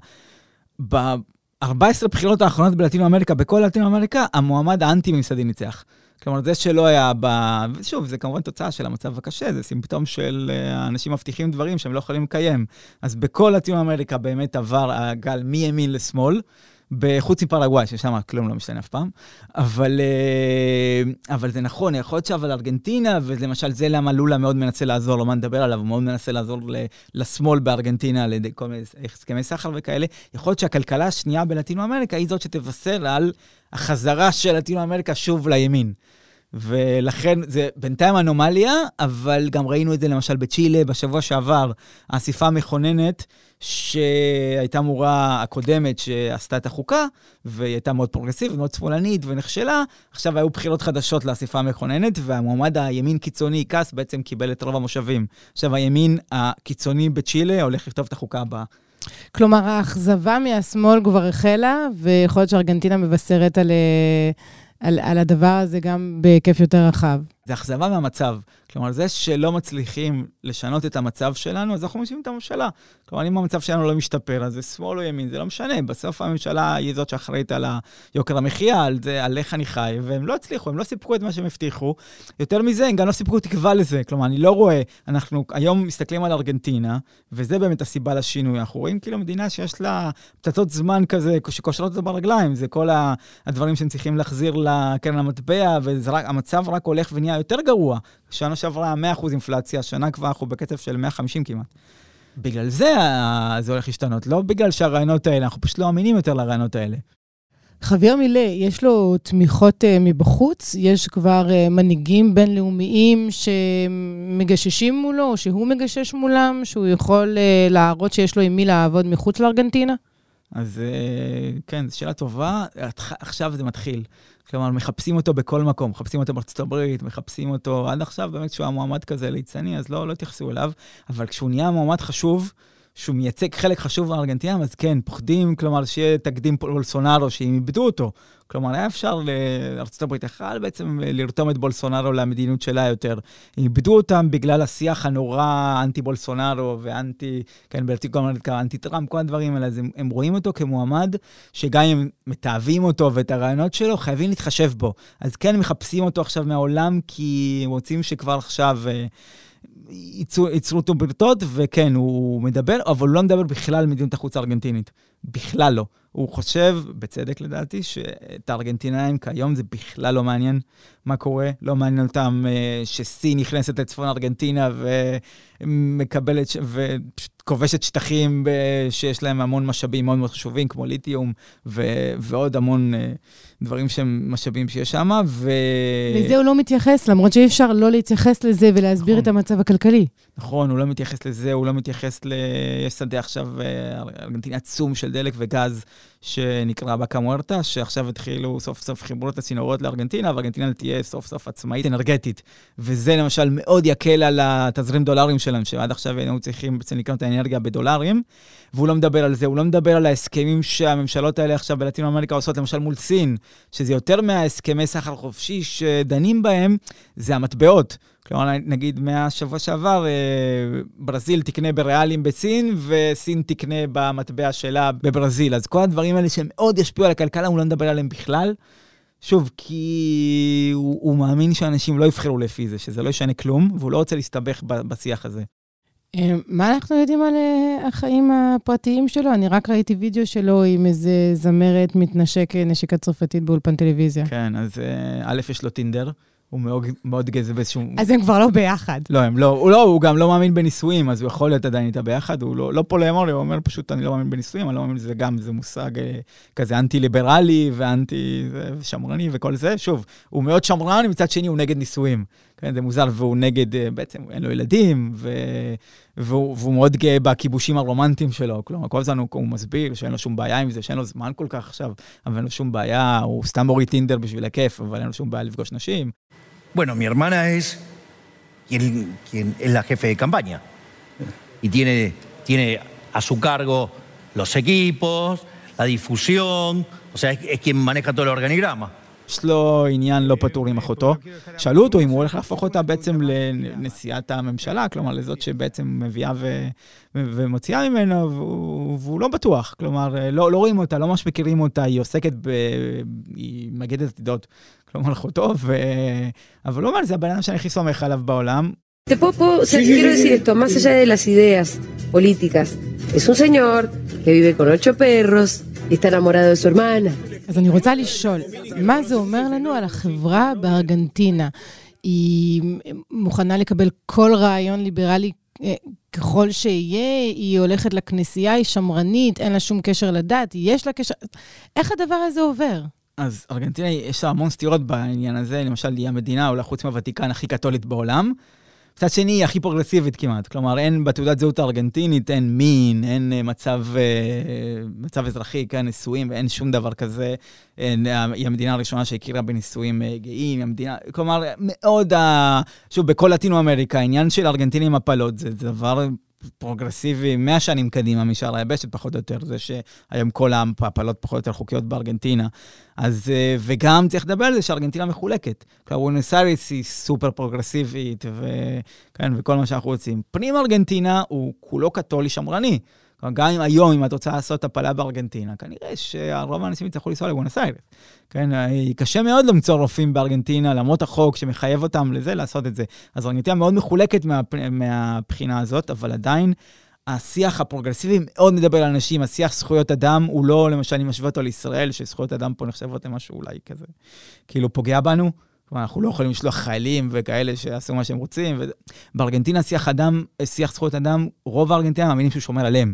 ב-ארבע עשרה בחירות האחרונות בלטינו אמריקה, בכל לטינו אמריקה, המועמד האנטי-ממסדי ניצח. כלומר, זה שלא היה ב... ושוב, זה כמובן תוצאה של המצב הקשה, זה סימפטום של אנשים מבטיחים דברים שהם לא יכולים לקיים. אז בכל לטינו אמריקה באמת עבר הגל מימין לשמאל, בחוץ מפרגוואי, ששם כלום לא משתנה אף פעם, אבל, אבל זה נכון, יכול להיות שאבל ארגנטינה, ולמשל זה למה לולה מאוד מנסה לעזור, לא מה נדבר עליו, הוא מאוד מנסה לעזור לשמאל בארגנטינה, על כל מיני הסכמי סחר וכאלה, יכול להיות שהכלכלה השנייה בלטינו אמריקה היא זאת שתבשר על החזרה של לטינו אמריקה שוב לימין. ולכן זה בינתיים אנומליה, אבל גם ראינו את זה למשל בצ'ילה, בשבוע שעבר, האסיפה המכוננת, שהייתה אמורה הקודמת שעשתה את החוקה, והיא הייתה מאוד פרוגרסיבית, מאוד צפולנית ונכשלה, עכשיו היו בחירות חדשות לאסיפה המכוננת, והמועמד הימין קיצוני, קאס, בעצם קיבל את רוב המושבים. עכשיו הימין הקיצוני בצ'ילה הולך לכתוב את החוקה הבאה. כלומר, האכזבה מהשמאל כבר החלה, ויכול להיות שארגנטינה מבשרת על... על, על הדבר הזה גם בהיקף יותר רחב. זה אכזבה מהמצב. כלומר, זה שלא מצליחים לשנות את המצב שלנו, אז אנחנו משנים את הממשלה. כלומר, אם המצב שלנו לא משתפר, אז זה שמאל או ימין, זה לא משנה. בסוף הממשלה היא זאת שאחראית על יוקר המחיה, על זה, על איך אני חי, והם לא הצליחו, הם לא סיפקו את מה שהם הבטיחו. יותר מזה, הם גם לא סיפקו תקווה לזה. כלומר, אני לא רואה, אנחנו היום מסתכלים על ארגנטינה, וזה באמת הסיבה לשינוי. אנחנו רואים כאילו מדינה שיש לה פצצות זמן כזה, שקושרות אותה ברגליים. זה כל הדברים שהם צריכים להחזיר לקרן המטבע, והמצב רק הולך ונהיה יותר גרוע. שנה שעברה מאה אחוז אינפלציה, שנה כבר אנחנו בקצב של מאה וחמישים כמעט. בגלל זה זה הולך להשתנות, לא בגלל שהרעיונות האלה, אנחנו פשוט לא מאמינים יותר לרעיונות האלה. חביר מילה, יש לו תמיכות מבחוץ? יש כבר מנהיגים בינלאומיים שמגששים מולו, או שהוא מגשש מולם, שהוא יכול להראות שיש לו עם מי לעבוד מחוץ לארגנטינה? אז כן, זו שאלה טובה. עכשיו זה מתחיל. כלומר, מחפשים אותו בכל מקום, מחפשים אותו בארצות הברית, מחפשים אותו עד עכשיו, באמת שהוא המועמד כזה ליצני, אז לא, לא תייחסו אליו, אבל כשהוא נהיה מועמד חשוב, שהוא מייצג חלק חשוב בארגנטינה, אז כן, פוחדים, כלומר, שיהיה תקדים בולסונארו, שהם איבדו אותו. כלומר, היה אפשר לארצות הברית אחד בעצם לרתום את בולסונארו למדינות שלה יותר. הם איבדו אותם בגלל השיח הנורא אנטי בולסונארו ואנטי, כן, אנטי טראמפ, כל הדברים האלה. אז הם, הם רואים אותו כמועמד, שגם אם מתאהבים אותו ואת הרעיונות שלו, חייבים להתחשב בו. אז כן, מחפשים אותו עכשיו מהעולם, כי הם רוצים שכבר עכשיו... ייצרו אותו ברטות, וכן, הוא מדבר, אבל הוא לא מדבר בכלל על מדיניות החוץ הארגנטינית. בכלל לא. הוא חושב, בצדק לדעתי, שאת הארגנטינאים כיום זה בכלל לא מעניין מה קורה, לא מעניין אותם שסין נכנסת לצפון ארגנטינה ומקבלת וכובשת שטחים שיש להם המון משאבים מאוד מאוד חשובים, כמו ליתיום ו- ועוד המון דברים שהם משאבים שיש שם. ו... לזה הוא לא מתייחס, למרות שאי אפשר לא להתייחס לזה ולהסביר נכון. את המצב הכלכלי. נכון, הוא לא מתייחס לזה, הוא לא מתייחס ל... יש שדה עכשיו, ארגנטינה עצום של דלק וגז, שנקרא בקה מוארטה, שעכשיו התחילו סוף סוף חיברו את הצינורות לארגנטינה, וארגנטינה תהיה סוף סוף עצמאית אנרגטית. וזה למשל מאוד יקל על התזרים דולרים שלהם, שעד עכשיו היינו צריכים בעצם לקנות את האנרגיה בדולרים, והוא לא מדבר על זה, הוא לא מדבר על ההסכמים שהממשלות האלה עכשיו בלטינו אמריקה עושות, למשל מול סין, שזה יותר מההסכמי סחר חופשי שדנים בהם, זה המטבעות. כלומר, נגיד מהשבוע שעבר, ברזיל תקנה בריאלים בסין, וסין תקנה במטבע שלה בברזיל. אז כל הדברים האלה שהם מאוד ישפיעו על הכלכלה, הוא לא נדבר עליהם בכלל. שוב, כי הוא, הוא מאמין שאנשים לא יבחרו לפי זה, שזה לא ישנה כלום, והוא לא רוצה להסתבך בשיח הזה. מה אנחנו יודעים על החיים הפרטיים שלו? אני רק ראיתי וידאו שלו עם איזה זמרת מתנשק נשיקה צרפתית באולפן טלוויזיה. כן, אז א' יש לו טינדר. הוא מאוד, מאוד גזע באיזשהו... אז הם כבר לא ביחד. לא, הם לא, הוא לא, הוא גם לא מאמין בנישואים, אז הוא יכול להיות עדיין איתה ביחד, הוא לא, לא פולאמורי, הוא אומר פשוט, אני לא מאמין בנישואים, אני לא מאמין שזה גם, זה מושג כזה אנטי-ליברלי ואנטי שמרני וכל זה. שוב, הוא מאוד שמרני, מצד שני הוא נגד נישואים. כן, זה מוזר, והוא נגד, בעצם אין לו ילדים, ו... והוא, והוא מאוד גאה בכיבושים הרומנטיים שלו. כלומר, כל הזמן הוא, הוא מסביר שאין לו שום בעיה עם זה, שאין לו זמן כל כך עכשיו, אבל אין לו שום בעיה, הוא סתם מוריד טינדר בשביל הכיף, אבל אין לו שום בעיה לפגוש נשים. Bueno, mi hermana es quien, quien es la jefe de campaña y tiene, tiene a su cargo los equipos, la difusión, o sea, es, es quien maneja todo el organigrama. יש לו עניין לא פתור עם אחותו. שאלו אותו אם הוא הולך להפוך אותה בעצם לנשיאת הממשלה, כלומר לזאת שבעצם מביאה ו... ומוציאה ממנו, והוא, והוא לא בטוח. כלומר, לא, לא רואים אותה, לא ממש מכירים אותה, היא עוסקת ב... היא מגדת עתידות, כלומר אחותו, ו... אבל לא אומר, זה הבן אדם שאני הכי סומך עליו בעולם. Te puedo, puedo, o sea, quiero decir esto, más allá de las ideas políticas, es un señor que vive con ocho perros y está enamorado de su hermana. אז אני רוצה לשאול, מה זה אומר לנו על החברה בארגנטינה? היא מוכנה לקבל כל רעיון ליברלי ככל שיהיה, היא הולכת לכנסייה, היא שמרנית, אין לה שום קשר לדת, יש לה קשר... איך הדבר הזה עובר? אז ארגנטינה יש לה המון סתירות בעניין הזה, למשל היא המדינה, אולי חוץ מהוותיקן הכי קתולית בעולם, מצד שני היא הכי פרוגרסיבית כמעט, כלומר אין בתעודת זהות הארגנטינית, אין מין, אין מצב, מצב אזרחי, כן, נישואים, ואין שום דבר כזה, אין, היא המדינה הראשונה שהכירה בנישואים גאים, היא המדינה, כלומר מאוד, שוב, בכל לטינו אמריקה, העניין של ארגנטינה עם הפלות, זה דבר פרוגרסיבי, מאה שנים קדימה משאר היבשת, פחות או יותר, זה שהיום כל הפלות פחות או יותר חוקיות בארגנטינה. אז, וגם צריך לדבר על זה שארגנטינה מחולקת. כלומר, בואנוס איירס היא סופר פרוגרסיבית, וכן, וכל מה שאנחנו רוצים. פנים ארגנטינה הוא כולו קתולי שמרני. כלומר, גם אם היום, אם את רוצה לעשות הפלה בארגנטינה, כנראה שהרוב האנשים יצטרכו לנסוע לבואנוס איירס. כן, קשה מאוד למצוא רופאים בארגנטינה, למרות החוק שמחייב אותם לזה, לעשות את זה. אז ארגנטינה מאוד מחולקת מה, מהבחינה הזאת, אבל עדיין השיח הפרוגרסיבי מאוד מדבר על אנשים, השיח זכויות אדם הוא לא, למשל, אני משווה אותו לישראל, שזכויות אדם פה נחשבות למשהו אולי כזה, כאילו פוגע בנו, כלומר, אנחנו לא יכולים לשלוח חיילים וכאלה שעשו מה שהם רוצים, ובארגנטינה שיח אדם, שיח זכויות אדם, רוב הארגנטינה מאמינים שהוא שומר עליהם.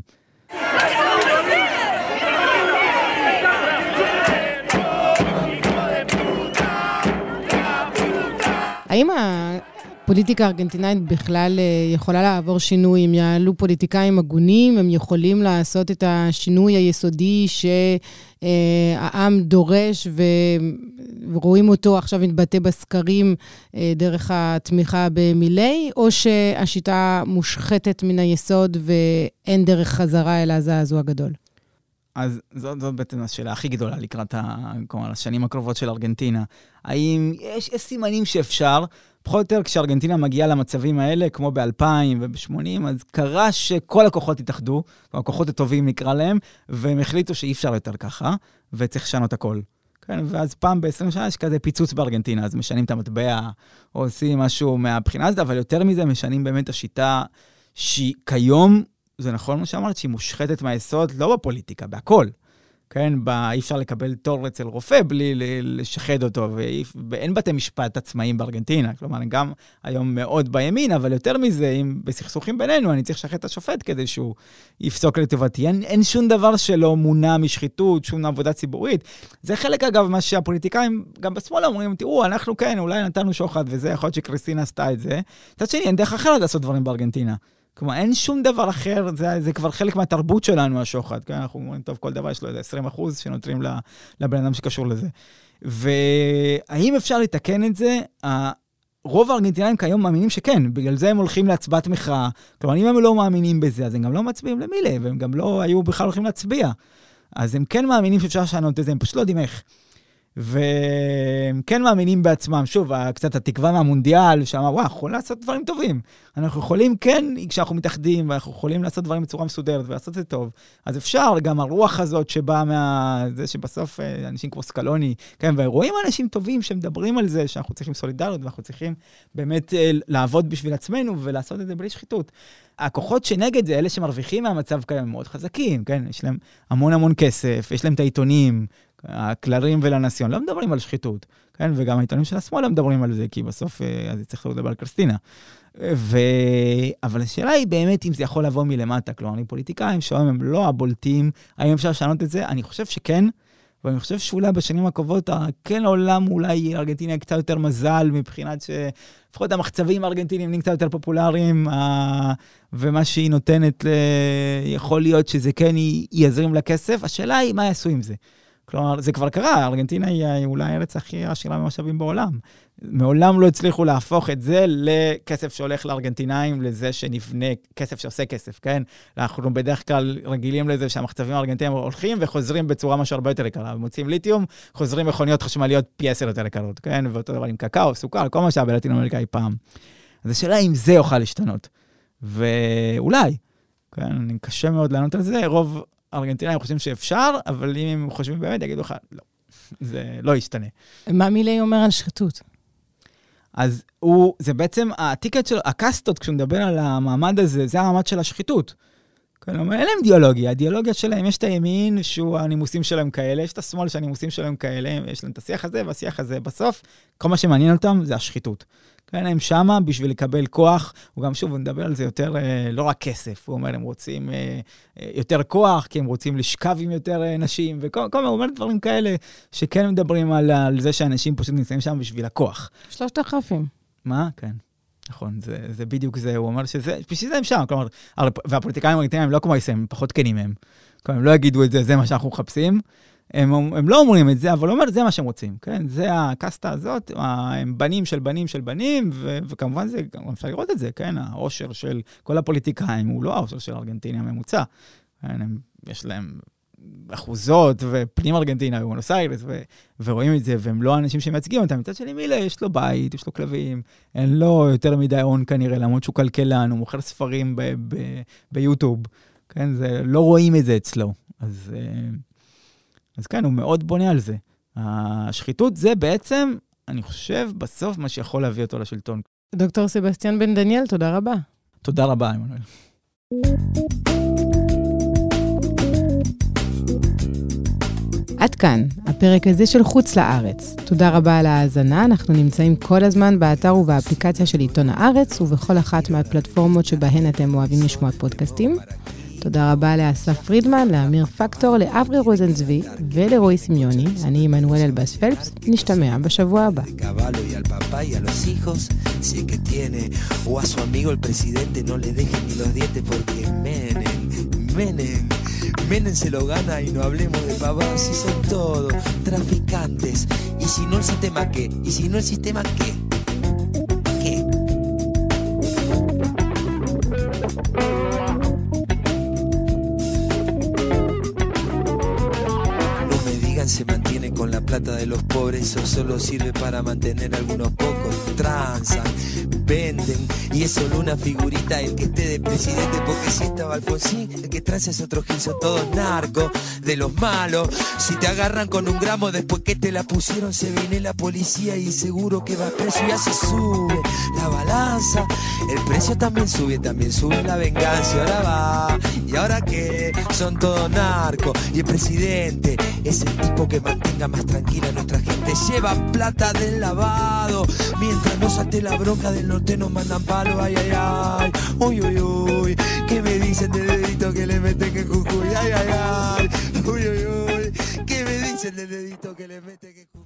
האם הפוליטיקה הארגנטינאית בכלל יכולה לעבור שינוי? אם יעלו פוליטיקאים הגונים, הם יכולים לעשות את השינוי היסודי שהעם דורש, ורואים אותו עכשיו מתבטא בסקרים דרך התמיכה במילי, או שהשיטה מושחתת מן היסוד ואין דרך חזרה אל הזעזוע הגדול? אז זאת, זאת בעצם השאלה הכי גדולה לקראת השנים הקרובות של ארגנטינה. האם יש, יש סימנים שאפשר, פחות או יותר כשארגנטינה מגיעה למצבים האלה, כמו ב-אלפיים וב-שמונים, אז קרה שכל הכוחות התאחדו, הכוחות הטובים נקרא להם, והם החליטו שאי אפשר יותר ככה, וצריך לשנות הכל. כן, ואז פעם ב-עשרים שנה יש כזה פיצוץ בארגנטינה, אז משנים את המטבע, או עושים משהו מהבחינה הזאת, אבל יותר מזה משנים באמת השיטה שכיום, זה נכון מה שאמרת, שהיא מושחתת מהיסוד, לא בפוליטיקה, בהכל. כן, אי אפשר לקבל תור אצל רופא בלי לשחד אותו, ואין בתי משפט עצמאיים בארגנטינה, כלומר, גם היום מאוד בימין, אבל יותר מזה, אם בסכסוכים בינינו, אני צריך לשחד את השופט כדי שהוא יפסוק לטובתי. אין, אין שום דבר שלא מונע משחיתות, שום עבודה ציבורית. זה חלק, אגב, מה שהפוליטיקאים, גם בשמאל אומרים, תראו, אנחנו כן, אולי נתנו שוחד, וזה יכול להיות שקריסטינה עשתה את זה. מצד שני, אין דרך אחרת לעשות דברים בארגנטינה. כלומר, אין שום דבר אחר, זה, זה כבר חלק מהתרבות שלנו, השוחד. כן? אנחנו אומרים, טוב, כל דבר יש לו איזה עשרים אחוז שנותרים לבן אדם שקשור לזה. והאם אפשר לתקן את זה? רוב הארגנטינאים כיום מאמינים שכן, בגלל זה הם הולכים להצבעת מחאה. כלומר, אם הם לא מאמינים בזה, אז הם גם לא מצביעים למילה, והם גם לא היו בכלל הולכים להצביע. אז הם כן מאמינים שאפשר לשנות את זה, הם פשוט לא יודעים איך. והם כן מאמינים בעצמם, שוב, קצת התקווה מהמונדיאל, שאמר, וואו, אנחנו יכולים לעשות דברים טובים. אנחנו יכולים, כן, כשאנחנו מתאחדים, ואנחנו יכולים לעשות דברים בצורה מסודרת, ולעשות את זה טוב. אז אפשר, גם הרוח הזאת שבאה מה... זה שבסוף אנשים כמו סקלוני, כן, ורואים אנשים טובים שמדברים על זה, שאנחנו צריכים סולידריות, ואנחנו צריכים באמת לעבוד בשביל עצמנו, ולעשות את זה בלי שחיתות. הכוחות שנגד זה, אלה שמרוויחים מהמצב כאלה מאוד חזקים, כן? יש להם המון המון כסף, יש להם את העיתונים, הקלרים ולנסיון, לא מדברים על שחיתות, כן? וגם העיתונים של השמאל לא מדברים על זה, כי בסוף אז צריך לדבר על קריסטינה. ו... אבל השאלה היא באמת אם זה יכול לבוא מלמטה, כלומר, אני פוליטיקאים שהיום הם לא הבולטים, האם אפשר לשנות את זה? אני חושב שכן, ואני חושב שאולי בשנים הקרובות, כן העולם אולי ארגנטינה קצת יותר מזל, מבחינת שלפחות המחצבים הארגנטינים נהיים קצת יותר פופולריים, ומה שהיא נותנת, יכול להיות שזה כן יזרים לכסף. השאלה היא מה יעשו עם זה. כלומר, זה כבר קרה, ארגנטינה היא אולי הארץ הכי עשירה במשאבים בעולם. מעולם לא הצליחו להפוך את זה לכסף שהולך לארגנטינאים, לזה שנבנה כסף שעושה כסף, כן? אנחנו בדרך כלל רגילים לזה שהמחצבים הארגנטינאים הולכים וחוזרים בצורה משהו הרבה יותר יקרה. מוצאים ליתיום, חוזרים מכוניות חשמליות פי עשר יותר יקרות, כן? ואותו דבר עם קקאו, סוכר, כל מה שהיה בלטין אמריקה אי פעם. אז השאלה אם זה יוכל להשתנות. ואולי, כן? אני קשה מאוד לענות על זה, רוב ארגנטינאים חושבים שאפשר, אבל אם הם חושבים באמת, יגידו לך, לא, זה לא ישתנה. מה מילי אומר על שחיתות? אז הוא, זה בעצם, הטיקט שלו, הקסטות, כשהוא מדבר על המעמד הזה, זה המעמד של השחיתות. כלומר, אין להם דיאלוגיה, הדיאלוגיה שלהם, יש את הימין, שהוא הנימוסים שלהם כאלה, יש את השמאל שהנימוסים שלהם כאלה, יש להם את השיח הזה והשיח הזה. בסוף, כל מה שמעניין אותם זה השחיתות. כן, הם שמה בשביל לקבל כוח, הוא גם שוב, הוא מדבר על זה יותר, לא רק כסף, הוא אומר, הם רוצים יותר כוח, כי הם רוצים לשכב עם יותר נשים, וכל מה, הוא אומר דברים כאלה, שכן מדברים על, על זה שאנשים פשוט נמצאים שם בשביל הכוח. שלושת החפים. מה? כן. נכון, זה, זה בדיוק זה, הוא אומר שזה, בשביל זה הם שם, כלומר, והפוליטיקאים הארגנטינאים הם לא כמו הישראלים, הם פחות כנים מהם. כלומר, הם לא יגידו את זה, זה מה שאנחנו מחפשים, הם, הם לא אומרים את זה, אבל הוא אומר, זה מה שהם רוצים, כן? זה הקסטה הזאת, הם בנים של בנים של בנים, ו, וכמובן זה, אפשר לראות את זה, כן? העושר של כל הפוליטיקאים, הוא לא העושר של ארגנטינה הממוצע. כן? הם, יש להם אחוזות ופנים ארגנטינה ובונוס איירס, ו, ורואים את זה, והם לא האנשים שמייצגים אותם. מצד שני, מילה, יש לו בית, יש לו כלבים, אין לו יותר מדי הון כנראה, למרות שהוא כלכלן, הוא מוכר ספרים ב, ב, ביוטיוב, כן? זה, לא רואים את זה אצלו. אז... אז כן, הוא מאוד בונה על זה. השחיתות זה בעצם, אני חושב, בסוף מה שיכול להביא אותו לשלטון. דוקטור סבסטיאן בן דניאל, תודה רבה. תודה רבה, עמנואל. עד כאן, הפרק הזה של חוץ לארץ. תודה רבה על ההאזנה, אנחנו נמצאים כל הזמן באתר ובאפליקציה של עיתון הארץ, ובכל אחת מהפלטפורמות שבהן אתם אוהבים לשמוע פודקאסטים. תודה רבה לאסף פרידמן, לאמיר פקטור, לאברי רוזנצבי ולרועי סמיוני. אני עמנואל אלבאס פלפס, נשתמע בשבוע הבא. Menem se lo gana y no hablemos de pavadas si son todos traficantes. Y si no el sistema, ¿qué? Y si no el sistema, ¿qué? ¿Qué? No me digan se mantiene con la plata de los pobres, eso solo sirve para mantener a algunos pocos. Transan, venden, y es solo una figurita el que esté de presidente, porque si estaba Alfonsín, el que trae es otro gil, son todos narcos, de los malos. Si te agarran con un gramo después que te la pusieron, se viene la policía y seguro que va preso. Y así sube la balanza, el precio también sube, también sube la venganza. Y ahora va, y ahora que son todos narcos, y el presidente es el tipo que mantenga más tranquila a nuestra gente. Lleva plata del lavado, mientras no salte la bronca del norte nos mandan palo. Ay, ay, ay, uy, uy, uy, ¿qué me dicen del dedito que le meten en Jujuy? Ay, ay, ay, uy, uy, uy, ¿qué me dicen del dedito que le meten en Jujuy?